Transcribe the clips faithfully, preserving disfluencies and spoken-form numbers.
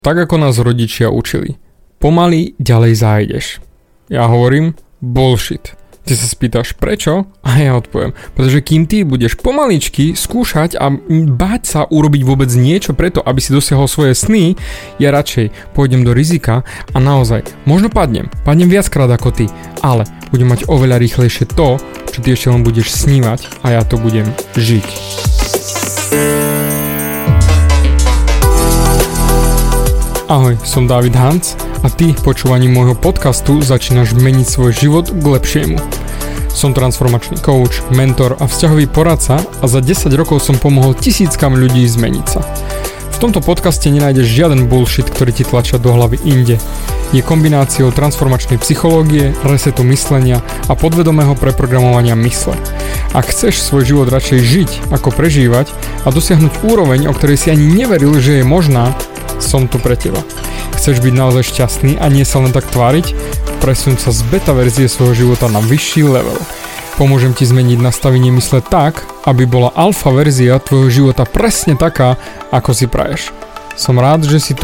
Tak ako nás rodičia učili. Pomaly ďalej zájdeš. Ja hovorím bullshit. Ty sa spýtaš prečo? A ja odpoviem. Pretože kým ty budeš pomaličky skúšať a báť sa urobiť vôbec niečo preto, aby si dosiahol svoje sny, ja radšej pôjdem do rizika a naozaj, možno padnem. Padnem viackrát ako ty, ale budem mať oveľa rýchlejšie to, čo ty ešte len budeš snívať a ja to budem žiť. Ahoj, som David Hanc a ty počúvaním môjho podcastu začínaš meniť svoj život k lepšiemu. Som transformačný coach, mentor a vzťahový poradca a za desať rokov som pomohol tisíckam ľudí zmeniť sa. V tomto podcaste nenájdeš žiaden bullshit, ktorý ti tlačia do hlavy inde. Je kombináciou transformačnej psychológie, resetu myslenia a podvedomého preprogramovania mysle. Ak chceš svoj život radšej žiť ako prežívať a dosiahnuť úroveň, o ktorej si ani neveril, že je možná, som tu pre teba. Chceš byť naozaj šťastný a nie sa len tak tváriť? Presuň sa z beta verzie svojho života na vyšší level. Pomôžem ti zmeniť nastavenie mysle tak, aby bola alfa verzia tvojho života presne taká, ako si praješ. Som rád, že si tu.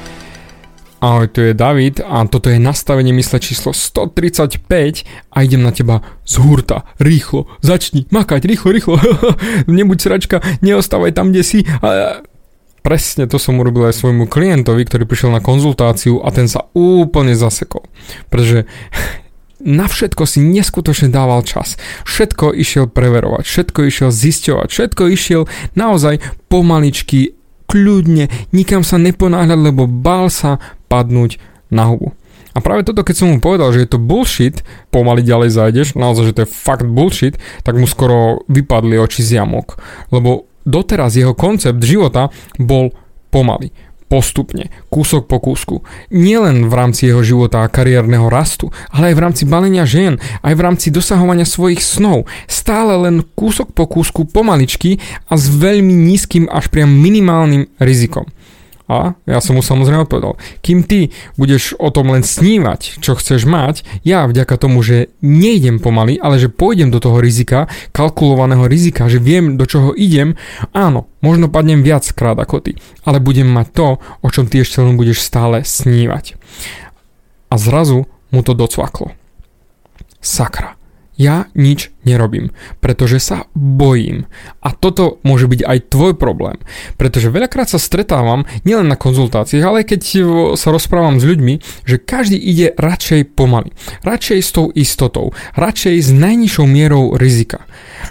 Ahoj, tu je David a toto je nastavenie mysle číslo stotridsaťpäť a idem na teba z hurta, rýchlo, začni makať, rýchlo, rýchlo, nebuď sračka, neostávaj tam, kde si. A... Presne to som urobil aj svojmu klientovi, ktorý prišiel na konzultáciu a ten sa úplne zasekol. Pretože na všetko si neskutočne dával čas. Všetko išiel preverovať, všetko išiel zisťovať, všetko išiel naozaj pomaličky, kľudne, nikam sa neponáhľať, lebo bál sa padnúť na hubu. A práve toto, keď som mu povedal, že je to bullshit, pomaly ďalej zajdeš, naozaj, že to je fakt bullshit, tak mu skoro vypadli oči z jamok. Lebo doteraz jeho koncept života bol pomaly, postupne, kúsok po kúsku. Nielen v rámci jeho života a kariérneho rastu, ale aj v rámci balenia žien, aj v rámci dosahovania svojich snov. Stále len kúsok po kúsku, pomaličky a s veľmi nízkym až priam minimálnym rizikom. A ja som mu samozrejme odpovedal, kým ty budeš o tom len snívať, čo chceš mať, ja vďaka tomu, že nejdem pomaly, ale že pôjdem do toho rizika, kalkulovaného rizika, že viem, do čoho idem, áno, možno padnem viackrát ako ty, ale budem mať to, o čom ty ešte len budeš stále snívať. A zrazu mu to docvaklo. Sakra. Ja nič nerobím, pretože sa bojím. A toto môže byť aj tvoj problém. Pretože veľakrát sa stretávam, nielen na konzultáciách, ale keď sa rozprávam s ľuďmi, že každý ide radšej pomaly. Radšej s tou istotou. Radšej s najnižšou mierou rizika.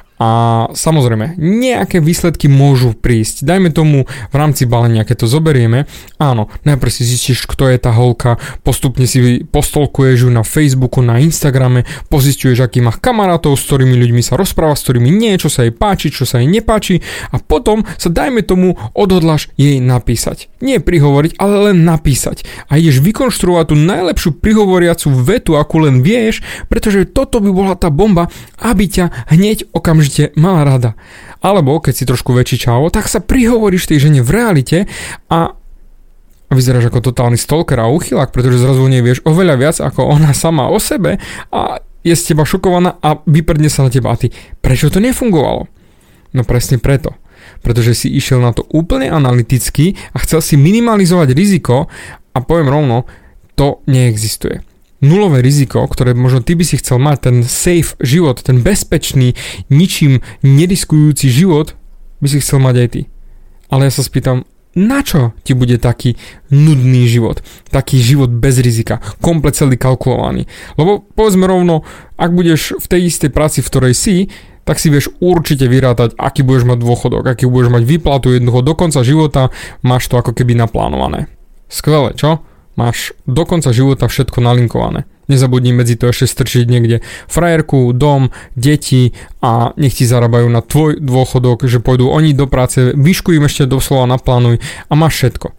A samozrejme, nejaké výsledky môžu prísť. Dajme tomu v rámci balenia, keď to zoberieme. Áno, najprv si zistíš, kto je tá holka, postupne si postolkuješ ju na Facebooku, na Instagrame, pozisťuješ, aký má kamarátov, s ktorými ľuďmi sa rozpráva, s ktorými nie, čo sa jej páči, čo sa jej nepáči a potom sa, dajme tomu, odhodláš jej napísať. Nie prihovoriť, ale len napísať. A ideš vykonštruovať tú najlepšiu prihovoriacu vetu, akú len vieš, pretože toto by bola tá bomba, aby ťa hneď okamžite mala rada. Alebo keď si trošku väčší čávo, tak sa prihovoríš tej žene v realite a vyzeráš ako totálny stalker a uchylák, pretože zrazu o nej vieš oveľa viac ako ona sama o sebe a je z teba šokovaná a vyprdne sa na teba. A ty, prečo to nefungovalo? No presne preto. Pretože si išiel na to úplne analyticky a chcel si minimalizovať riziko a poviem rovno, to neexistuje. Nulové riziko, ktoré možno ty by si chcel mať, ten safe život, ten bezpečný, ničím neriskujúci život, by si chcel mať aj ty. Ale ja sa spýtam, na čo ti bude taký nudný život? Taký život bez rizika, komplet celý kalkulovaný. Lebo povedzme rovno, ak budeš v tej istej práci, v ktorej si, tak si vieš určite vyrátať, aký budeš mať dôchodok, aký budeš mať výplatu, jednoducho do konca života máš to ako keby naplánované. Skvelé, čo? Máš do konca života všetko nalinkované. Nezabudni medzi to ešte strčiť niekde frajerku, dom, deti a nech ti zarábajú na tvoj dôchodok, že pôjdu oni do práce, výšku im ešte doslova naplánuj a máš všetko.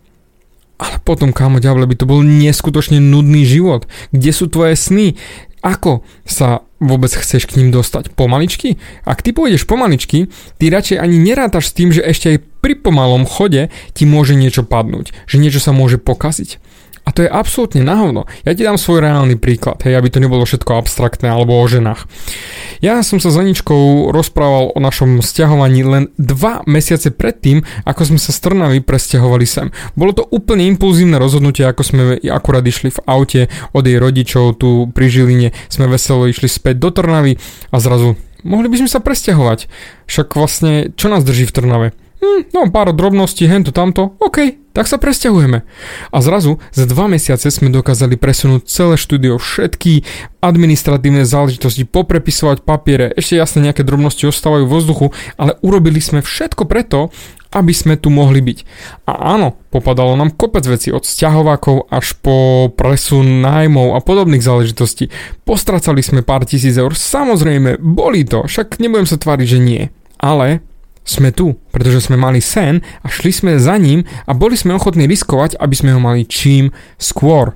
Ale potom, kámo ďable, by to bol neskutočne nudný život. Kde sú tvoje sny? Ako sa vôbec chceš k ním dostať? Pomaličky? Ak ty pôjdeš pomaličky, ty radšej ani nerátaš s tým, že ešte aj pri pomalom chode ti môže niečo padnúť, že niečo sa môže pokaziť. A to je absolútne na hovno. Ja ti dám svoj reálny príklad, hej, aby to nebolo všetko abstraktné alebo o ženách. Ja som sa s Aničkou rozprával o našom sťahovaní len dva mesiace predtým, ako sme sa z Trnavy presťahovali sem. Bolo to úplne impulzívne rozhodnutie, ako sme akurát išli v aute od jej rodičov tu pri Žiline, sme veselo išli späť do Trnavy a zrazu mohli by sme sa presťahovať. Však vlastne, čo nás drží v Trnave? Hm, no pár drobností, hento, tamto, OK, tak sa presťahujeme. A zrazu za dva mesiace sme dokázali presunúť celé štúdio, všetky administratívne záležitosti, poprepisovať papiere, ešte jasne nejaké drobnosti ostávajú vo vzduchu, ale urobili sme všetko preto, aby sme tu mohli byť. A áno, popadalo nám kopec veci od sťahovákov až po presun nájmov a podobných záležitostí. Postracali sme pár tisíc eur, samozrejme, boli to, však nebudem sa tváriť, že nie. Ale sme tu, pretože sme mali sen a šli sme za ním a boli sme ochotní riskovať, aby sme ho mali čím skôr.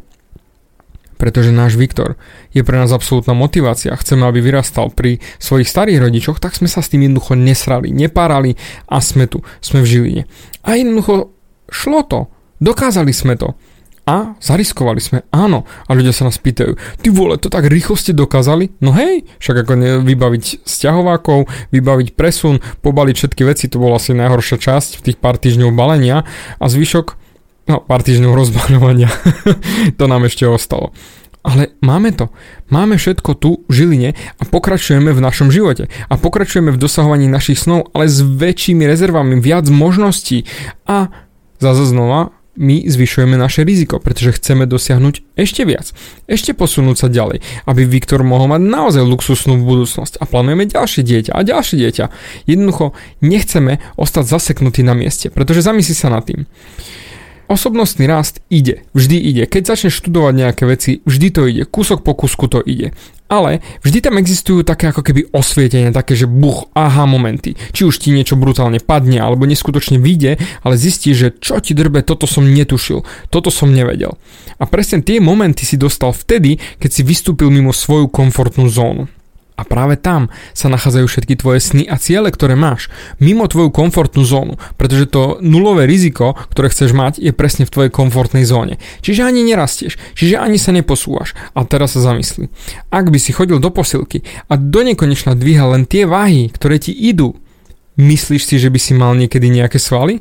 Pretože náš Viktor je pre nás absolútna motivácia. Chceme, aby vyrastal pri svojich starých rodičoch, tak sme sa s tým jednoducho nesrali, nepárali a sme tu, sme v Žiline. A jednoducho šlo to, dokázali sme to. A zariskovali sme, áno. A ľudia sa nás pýtajú, ty vole, to tak rýchlo ste dokázali? No hej, však ako ne, vybaviť sťahovákov, vybaviť presun, pobaliť všetky veci, to bola asi najhoršia časť v tých pár týždňov balenia a zvyšok, no pár týždňov rozbaľovania, to nám ešte ostalo. Ale máme to, máme všetko tu v Žiline a pokračujeme v našom živote a pokračujeme v dosahovaní našich snov, ale s väčšími rezervami, viac možností a zase znova my zvyšujeme naše riziko, pretože chceme dosiahnuť ešte viac, ešte posunúť sa ďalej, aby Viktor mohol mať naozaj luxusnú budúcnosť a plánujeme ďalšie dieťa a ďalšie dieťa. Jednoducho nechceme ostať zaseknutí na mieste, pretože zamysli sa nad tým. Osobnostný rast ide, vždy ide. Keď začneš študovať nejaké veci, vždy to ide, kúsok po kúsku to ide. Ale vždy tam existujú také ako keby osvietenie, také, že buch, aha momenty. Či už ti niečo brutálne padne, alebo neskutočne vyjde, ale zistíš, že čo ti drbe, toto som netušil, toto som nevedel. A presne tie momenty si dostal vtedy, keď si vystúpil mimo svoju komfortnú zónu. A práve tam sa nachádzajú všetky tvoje sny a ciele, ktoré máš, mimo tvoju komfortnú zónu, pretože to nulové riziko, ktoré chceš mať, je presne v tvojej komfortnej zóne. Čiže ani nerastieš, čiže ani sa neposúvaš. A teraz sa zamysli. Ak by si chodil do posilky a do nekonečna dvíhal len tie váhy, ktoré ti idú, myslíš si, že by si mal niekedy nejaké svaly?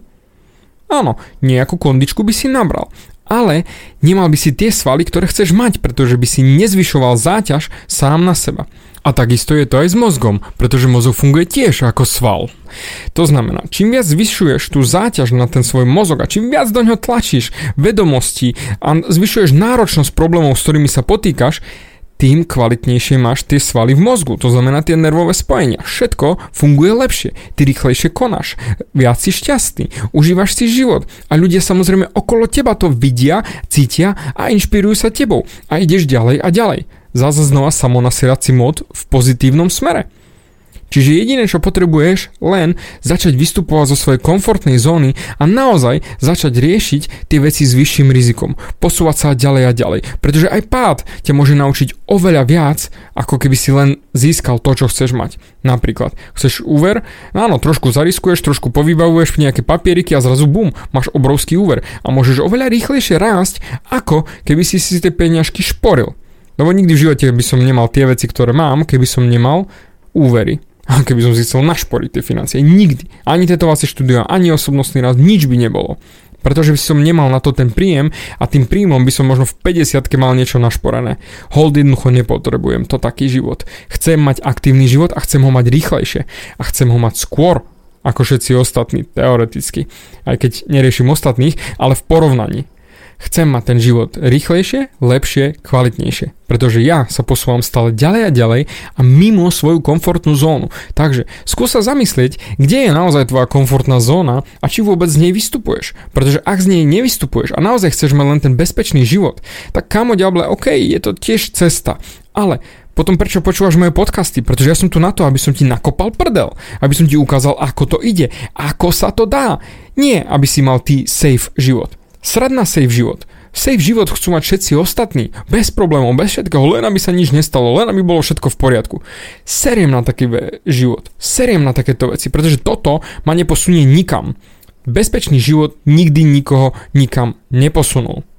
Áno, nejakú kondičku by si nabral. Ale nemal by si tie svaly, ktoré chceš mať, pretože by si nezvyšoval záťaž sám na seba. A takisto je to aj s mozgom, pretože mozog funguje tiež ako sval. To znamená, čím viac zvyšuješ tú záťaž na ten svoj mozog a čím viac do ňoho tlačíš vedomostí a zvyšuješ náročnosť problémov, s ktorými sa potýkaš, tým kvalitnejšie máš tie svaly v mozgu, to znamená tie nervové spojenia. Všetko funguje lepšie, ty rýchlejšie konáš, viac si šťastný, užívaš si život a ľudia samozrejme okolo teba to vidia, cítia a inšpirujú sa tebou a ideš ďalej a ďalej. Zase znova samonasierací mód v pozitívnom smere. Čiže jediné, čo potrebuješ, len začať vystupovať zo svojej komfortnej zóny a naozaj začať riešiť tie veci s vyšším rizikom. Posúvať sa ďalej a ďalej. Pretože aj pád ťa môže naučiť oveľa viac, ako keby si len získal to, čo chceš mať. Napríklad, chceš úver? Áno, trošku zariskuješ, trošku povybavuješ nejaké papieriky a zrazu bum, máš obrovský úver. A môžeš oveľa rýchlejšie rásť, ako keby si si tie peniažky šporil. Lebo nikdy v živote by som nemal tie veci, ktoré mám, keby som nemal úvery. A keby som si chcel našporiť tie financie. Nikdy. Ani tetovacie štúdia, ani osobnostný rast, nič by nebolo. Pretože by som nemal na to ten príjem a tým príjmom by som možno v päťdesiatke mal niečo našporené. Hold jednoducho nepotrebujem to taký život. Chcem mať aktívny život a chcem ho mať rýchlejšie. A chcem ho mať skôr ako všetci ostatní, teoreticky. Aj keď neriešim ostatných, ale v porovnaní. Chcem mať ten život rýchlejšie, lepšie, kvalitnejšie. Pretože ja sa posúvam stále ďalej a ďalej a mimo svoju komfortnú zónu. Takže skús sa zamyslieť, kde je naozaj tvoja komfortná zóna a či vôbec z nej vystupuješ. Pretože ak z nej nevystupuješ a naozaj chceš mať len ten bezpečný život, tak kámo diable, OK, je to tiež cesta. Ale potom prečo počúvaš moje podcasty? Pretože ja som tu na to, aby som ti nakopal prdel. Aby som ti ukázal, ako to ide. Ako sa to dá. Nie, aby si mal ty safe život. Srad na safe život. Safe život chcú mať všetci ostatní. Bez problémov, bez všetkého. Len aby sa nič nestalo. Len aby bolo všetko v poriadku. Seriem na taký život. Seriem na takéto veci. Pretože toto ma neposunie nikam. Bezpečný život nikdy nikoho nikam neposunul.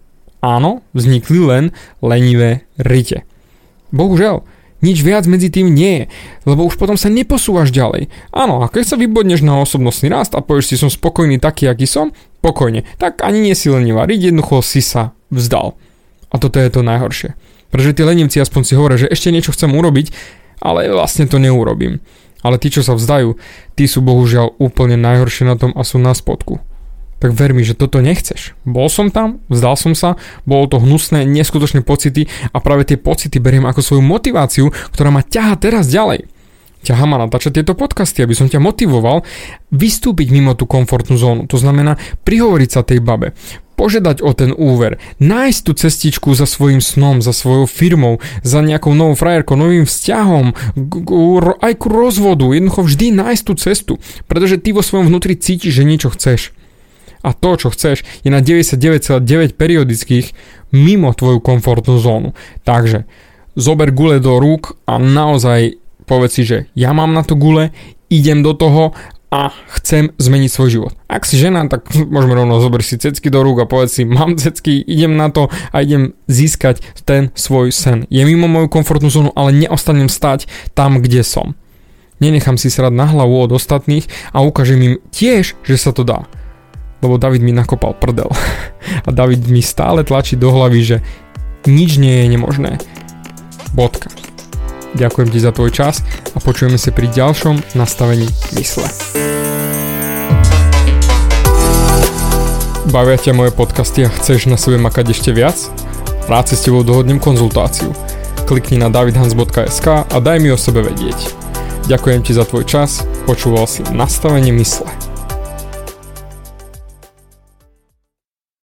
Áno, vznikli len lenivé rite. Bohužiaľ, nič viac medzi tým nie je, lebo už potom sa neposúvaš ďalej. Áno, a keď sa vybodneš na osobnostný rast a povieš si, som spokojný taký, aký som, pokojne, tak ani nie si lenivá riť, jednoducho si sa vzdal. A toto je to najhoršie. Pretože tí lenivci aspoň si hovoria, že ešte niečo chcem urobiť, ale vlastne to neurobím. Ale tí, čo sa vzdajú, tí sú bohužiaľ úplne najhoršie na tom a sú na spodku. Tak ver mi, že toto nechceš. Bol som tam, vzdal som sa, bolo to hnusné, neskutočné pocity a práve tie pocity beriem ako svoju motiváciu, ktorá ma ťahá teraz ďalej. Ťahá ma natáčať tieto podcasty, aby som ťa motivoval vystúpiť mimo tú komfortnú zónu. To znamená prihovoriť sa tej babe, požiadať o ten úver, nájsť tú cestičku za svojím snom, za svojou firmou, za nejakou novou frajerkou, novým vzťahom, aj ku rozvodu, jednoducho vždy nájsť tú cestu, pretože ty vo svojom vnútri cítiš, že niečo chceš. A to, čo chceš, je na deväťdesiatdeväť celá deväť periodických mimo tvoju komfortnú zónu. Takže zober gule do rúk a naozaj povedz si, že ja mám na to gule, idem do toho a chcem zmeniť svoj život. Ak si žena, tak môžeme rovno zober si cecky do rúk a povedz si, mám cecky, idem na to a idem získať ten svoj sen. Je mimo moju komfortnú zónu, ale neostanem stať tam, kde som. Nenechám si srať na hlavu od ostatných a ukážem im tiež, že sa to dá. Lebo David mi nakopal prdel. A David mi stále tlačí do hlavy, že nič nie je nemožné. Bodka. Ďakujem ti za tvoj čas a počujeme sa pri ďalšom nastavení mysle. Bavia ťa moje podcasty a chceš na sebe makať ešte viac? Rád si s tebou dohodnem konzultáciu. Klikni na davidhans bodka es ká a daj mi o sebe vedieť. Ďakujem ti za tvoj čas, počúval si Nastavenie mysle.